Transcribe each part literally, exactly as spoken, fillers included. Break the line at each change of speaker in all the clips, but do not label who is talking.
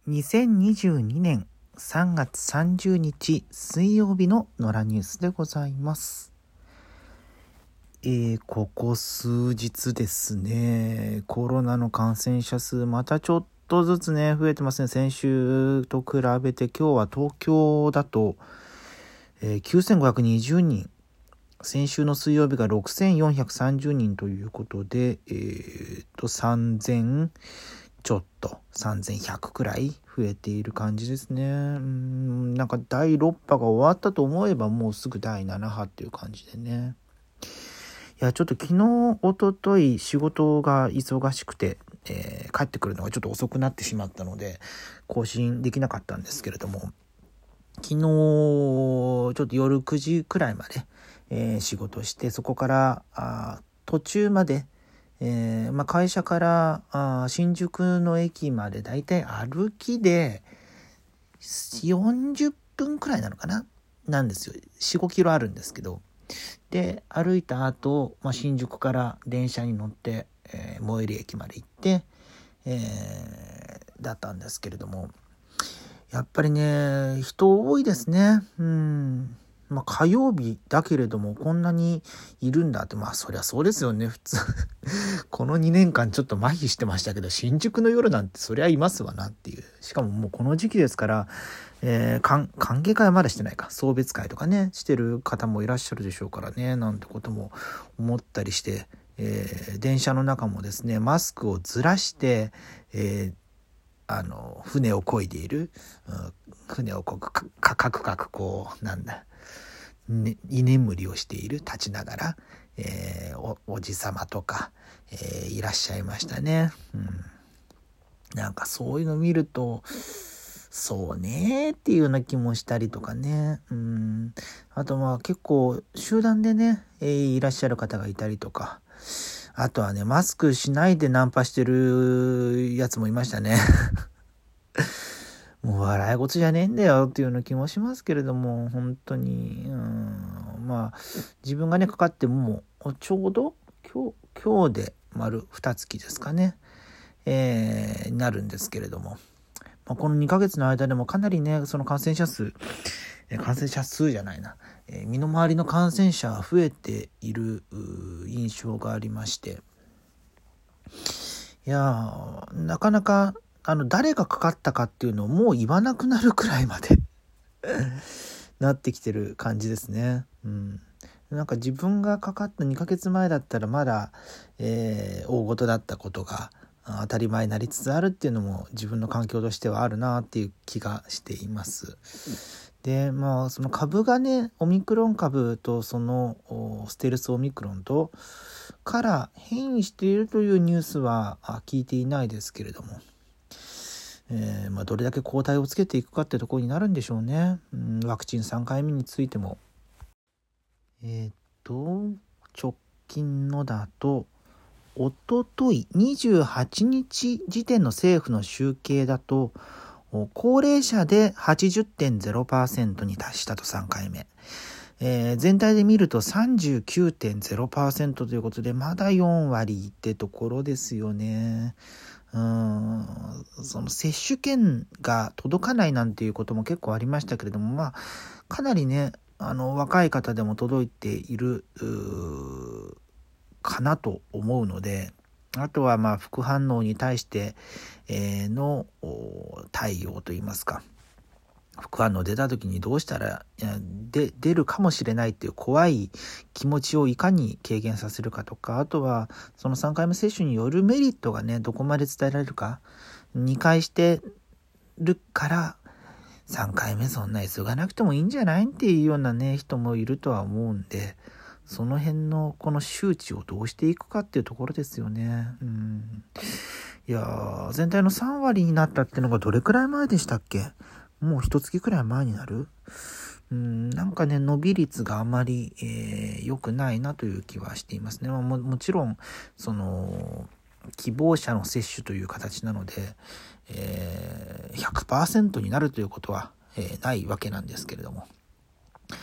にせんにじゅうにねんさんがつさんじゅうにち水曜日の野良ニュースでございます。えー、ここ数日ですね、コロナの感染者数またちょっとずつね増えてますね。先週と比べて今日は東京だと、えー、きゅうせんごひゃくにじゅうにん、先週の水曜日がろくせんよんひゃくさんじゅうにんということで、えー、とさんぜんちょっとさんぜんひゃくくらい増えている感じですね。うーんなんかだいろっぱが終わったと思えばもうすぐだいななはっていう感じでね。いやちょっと昨日おととい仕事が忙しくて、えー、帰ってくるのがちょっと遅くなってしまったので更新できなかったんですけれども、昨日ちょっと夜くじくらいまで、えー、仕事して、そこからあ途中まで、えーまあ、会社からあ新宿の駅までだいたい歩きでよんじゅっぷんくらいなのかななんですよ。 よん、ごキロあるんですけど、で歩いた後、まあ、新宿から電車に乗って、えー、最寄り駅まで行って、えー、だったんですけれども、やっぱりね人多いですね。うんまあ火曜日だけれどもこんなにいるんだって、まあそりゃそうですよね普通このにねんかんちょっと麻痺してましたけど、新宿の夜なんてそりゃいますわなっていう。しかももうこの時期ですから、えー、歓迎会はまだしてないか、送別会とかねしてる方もいらっしゃるでしょうからね、なんてことも思ったりして、えー、電車の中もですねマスクをずらして、えーあの船を漕いでいる、うん、船をこうかかくかくこうなんだ、ね、居眠りをしている立ちながら、えー、お, おじさまとか、えー、いらっしゃいましたね。うん、なんかそういうの見るとそうねっていうような気もしたりとかね。うん、あとまあ結構集団でね、えー、いらっしゃる方がいたりとか、あとはねマスクしないでナンパしてるやつもいましたねもう笑い事じゃねえんだよっていうような気もしますけれども、本当にうんまあ自分がねかかってもちょうど今日今日で丸にかげつですかね、えー、になるんですけれども、まあ、このにかげつの間でもかなりねその感染者数感染者数じゃないな、えー、身の回りの感染者が増えている印象がありまして、いやなかなかあの誰がかかったかっていうのをもう言わなくなるくらいまでなってきてる感じですね。うん、なんか自分がかかったにかげつまえだったらまだ、えー、大事だったことが当たり前になりつつあるっていうのも自分の環境としてはあるなっていう気がしています。でまあその株がねオミクロン株とそのステルスオミクロンとから変異しているというニュースは聞いていないですけれども、えーまあ、どれだけ抗体をつけていくかってところになるんでしょうね。うん、ワクチンさんかいめについてもえっと直近のだとおとといにじゅうはちにち時点の政府の集計だと高齢者で はちじゅってんゼロパーセント に達したとさんかいめ、えー、全体で見ると さんじゅうきゅうてんゼロパーセント ということでまだよんわりってところですよね。うーんその接種券が届かないなんていうことも結構ありましたけれども、まあかなりねあの若い方でも届いているかなと思うので、あとはまあ副反応に対して、えー、の対応といいますか、副反応出た時にどうしたらで出るかもしれないっていう怖い気持ちをいかに軽減させるかとか、あとはそのさんかいめ接種によるメリットがねどこまで伝えられるか、にかいしてるからさんかいめそんな急がなくてもいいんじゃないっていうようなね人もいるとは思うんで、その辺のこの周知をどうしていくかっていうところですよね。うん、いや全体のさんわりになったっていうのがどれくらい前でしたっけ？もう一月くらい前になる？うん、なんかね伸び率があまり、えー、良くないなという気はしていますね。まあ、も, もちろんその希望者の接種という形なので、えー、ひゃくパーセント になるということは、えー、ないわけなんですけれども、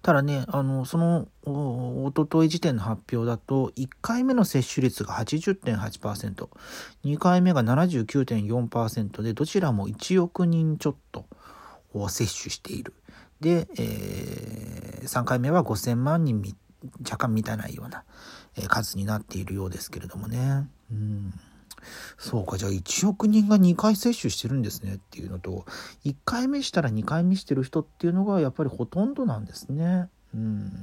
ただね、あの、その、お、おととい時点の発表だと、いっかいめの接種率が はちじゅってんはちパーセント、にかいめが ななじゅうきゅうてんよんパーセント で、どちらもいちおくにんちょっとを接種している。で、えー、さんかいめはごせんまんにんみ若干満たないような数になっているようですけれどもね。うん、そうか、じゃあいちおくにんがにかい接種してるんですねっていうのと、いっかいめしたらにかいめしてる人っていうのがやっぱりほとんどなんですね。うん、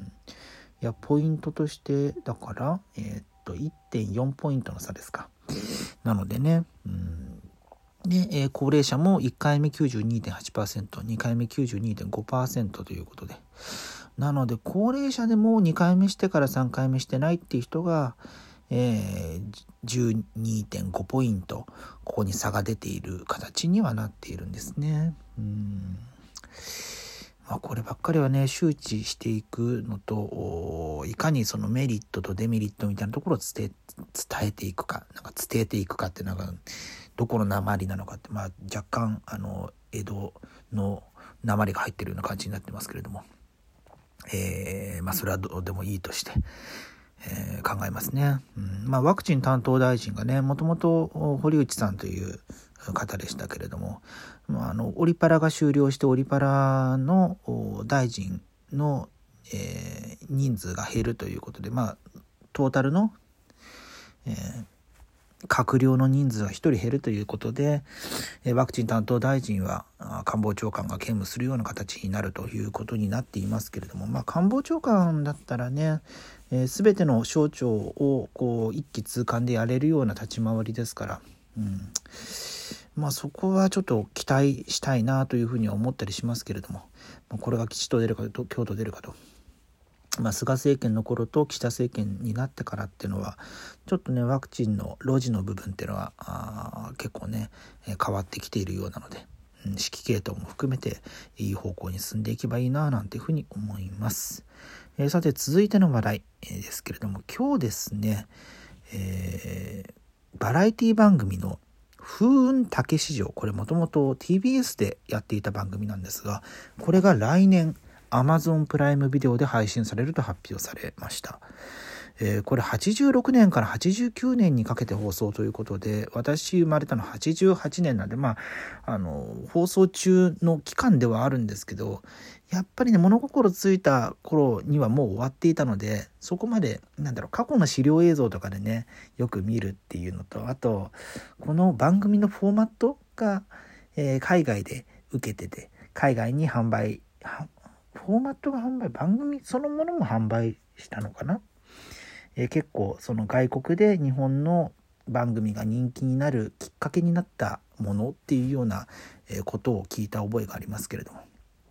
いやポイントとしてだからえー、っと いってんよん ポイントの差ですか。なのでね、うんで、えー、高齢者もいっかいめ きゅうじゅうにてんはちパーセント、にかいめ きゅうじゅうにてんごパーセント ということで、なので高齢者でもにかいめしてからさんかいめしてないっていう人が、えー、じゅうにてんご ポイントここに差が出ている形にはなっているんですね。うんまあ、こればっかりはね周知していくのと、いかにそのメリットとデメリットみたいなところを伝え、伝えていくか、なんか伝えていくかってなんかどこの訛りなのかって、まあ、若干あの江戸の訛りが入ってるような感じになってますけれども、えー、まあそれはどうでもいいとして、えー、考えますね。うんまあ、ワクチン担当大臣がね、もともと堀内さんという方でしたけれども、まあ、あのオリパラが終了してオリパラの大臣の、えー、人数が減るということで、まあトータルの、えー閣僚の人数がひとり減るということで、ワクチン担当大臣は官房長官が兼務するような形になるということになっていますけれども、まあ、官房長官だったらね、えー、全ての省庁をこう一気通貫でやれるような立ち回りですから、うんまあ、そこはちょっと期待したいなというふうには思ったりしますけれども、これが吉と出るかと京と出るかと。まあ、菅政権の頃と岸田政権になってからっていうのはちょっとねワクチンのロジの部分っていうのはあ結構ね変わってきているようなので、うん、指揮系統も含めていい方向に進んでいけばいいななんていうふうに思います。えー、さて続いての話題ですけれども、今日ですね、えー、バラエティ番組の風雲竹市場、これもともと ティービーエス でやっていた番組なんですが、これが来年Amazon プライムビデオで配信されると発表されました。えー、これはちじゅうろくねんからはちじゅうきゅうねんにかけて放送ということで、私生まれたのはちじゅうはちねんなんで、まあ、あの放送中の期間ではあるんですけど、やっぱりね物心ついた頃にはもう終わっていたので、そこまでなんだろう過去の資料映像とかでねよく見るっていうのと、あとこの番組のフォーマットが、えー、海外で受けてて海外に販売フォーマットが販売、番組そのものも販売したのかな、えー、結構その外国で日本の番組が人気になるきっかけになったものっていうようなことを聞いた覚えがありますけれども、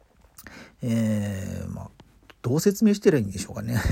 えー、まあどう説明してるんでしょうかね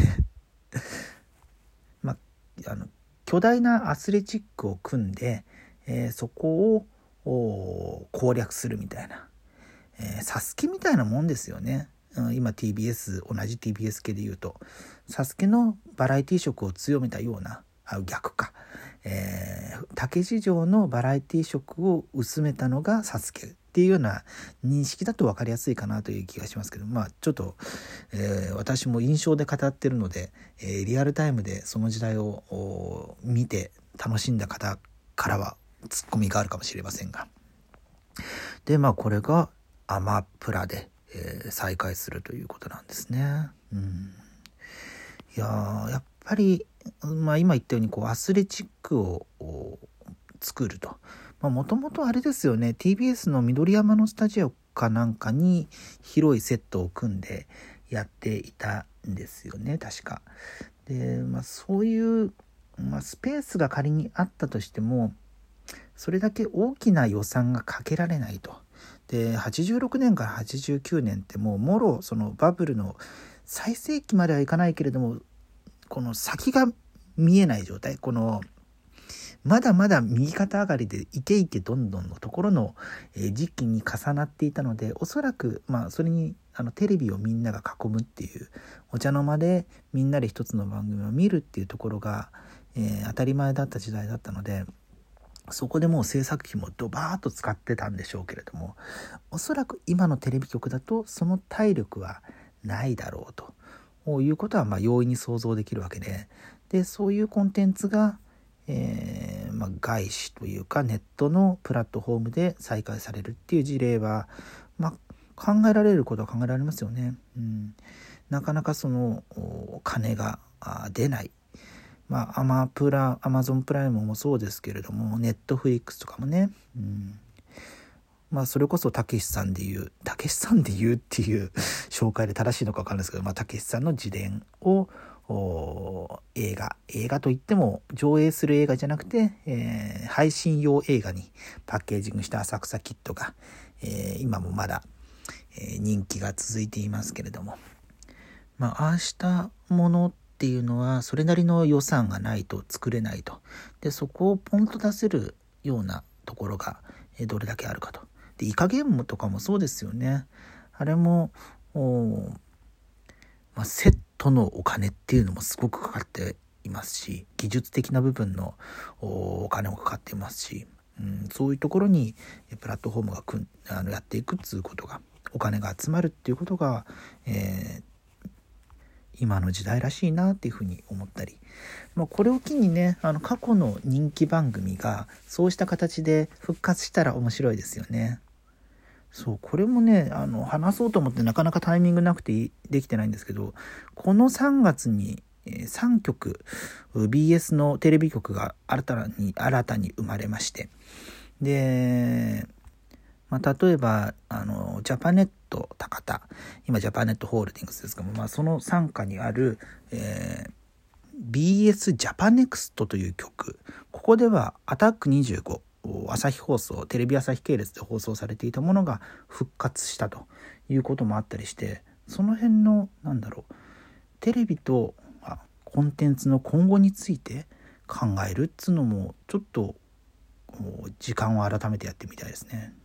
まああの巨大なアスレチックを組んで、えー、そこを攻略するみたいな、えー、サスケみたいなもんですよね。今 ティービーエス 同じ ティービーエス 系で言うとサスケのバラエティ色を強めたような、あ逆か、えー、竹市場のバラエティ色を薄めたのがサスケっていうような認識だと分かりやすいかなという気がしますけど、まあちょっと、えー、私も印象で語ってるので、えー、リアルタイムでその時代を見て楽しんだ方からはツッコミがあるかもしれませんが、でまあこれがアマプラでえー、再開するということなんですね。うん、いややっぱり、まあ、今言ったようにこうアスレチックを作ると、もともとあれですよね、 ティービーエス の緑山のスタジオかなんかに広いセットを組んでやっていたんですよね確かで、まあ、そういう、まあ、スペースが仮にあったとしてもそれだけ大きな予算がかけられないと。ではちじゅうろくねんからはちじゅうきゅうねんってもうもろそのバブルの最盛期まではいかないけれどもこの先が見えない状態、このまだまだ右肩上がりでイケイケどんどんのところの時期に重なっていたので、おそらくまあそれにあのテレビをみんなが囲むっていうお茶の間でみんなで一つの番組を見るっていうところが、えー、当たり前だった時代だったので、そこでもう制作費もドバーッと使ってたんでしょうけれども、おそらく今のテレビ局だとその体力はないだろうということはまあ容易に想像できるわけで、でそういうコンテンツが、えーまあ、外資というかネットのプラットフォームで再開されるっていう事例は、まあ、考えられることは考えられますよね。うん、なかなかその金が出ない、まあ、アマプラ、アマゾンプライムもそうですけれども、ネットフリックスとかもね、うん、まあそれこそたけしさんで言う、たけしさんで言うっていう紹介で正しいのか分かんないですけど、まあたけしさんの自伝を映画、映画といっても上映する映画じゃなくて、えー、配信用映画にパッケージングした浅草キッドが、えー、今もまだ、えー、人気が続いていますけれども、まあああしたものっていうのはそれなりの予算がないと作れないと。でそこをポンと出せるようなところがどれだけあるかと。でイカゲームとかもそうですよね。あれもまあ、セットのお金っていうのもすごくかかっていますし、技術的な部分のお金もかかっていますし、うん、そういうところにプラットフォームがくんあのやっていくっていうことが、お金が集まるっていうことが、えー、今の時代らしいなっていうふうに思ったり、まあ、これを機にね、あの過去の人気番組がそうした形で復活したら面白いですよね。そう、これもね、あの話そうと思ってなかなかタイミングなくてできてないんですけど、このさんがつにさんきょく ビーエス のテレビ局が新たに新たに生まれまして、で、まあ、例えばあのジャパネット高田、今ジャパネットホールディングスですけども、まあ、その傘下にある、えー、ビーエス ジャパネクストという局、ここではアタックにじゅうご、朝日放送、テレビ朝日系列で放送されていたものが復活したということもあったりして、その辺のなんだろう、テレビとコンテンツの今後について考えるっつうのもちょっと時間を改めてやってみたいですね。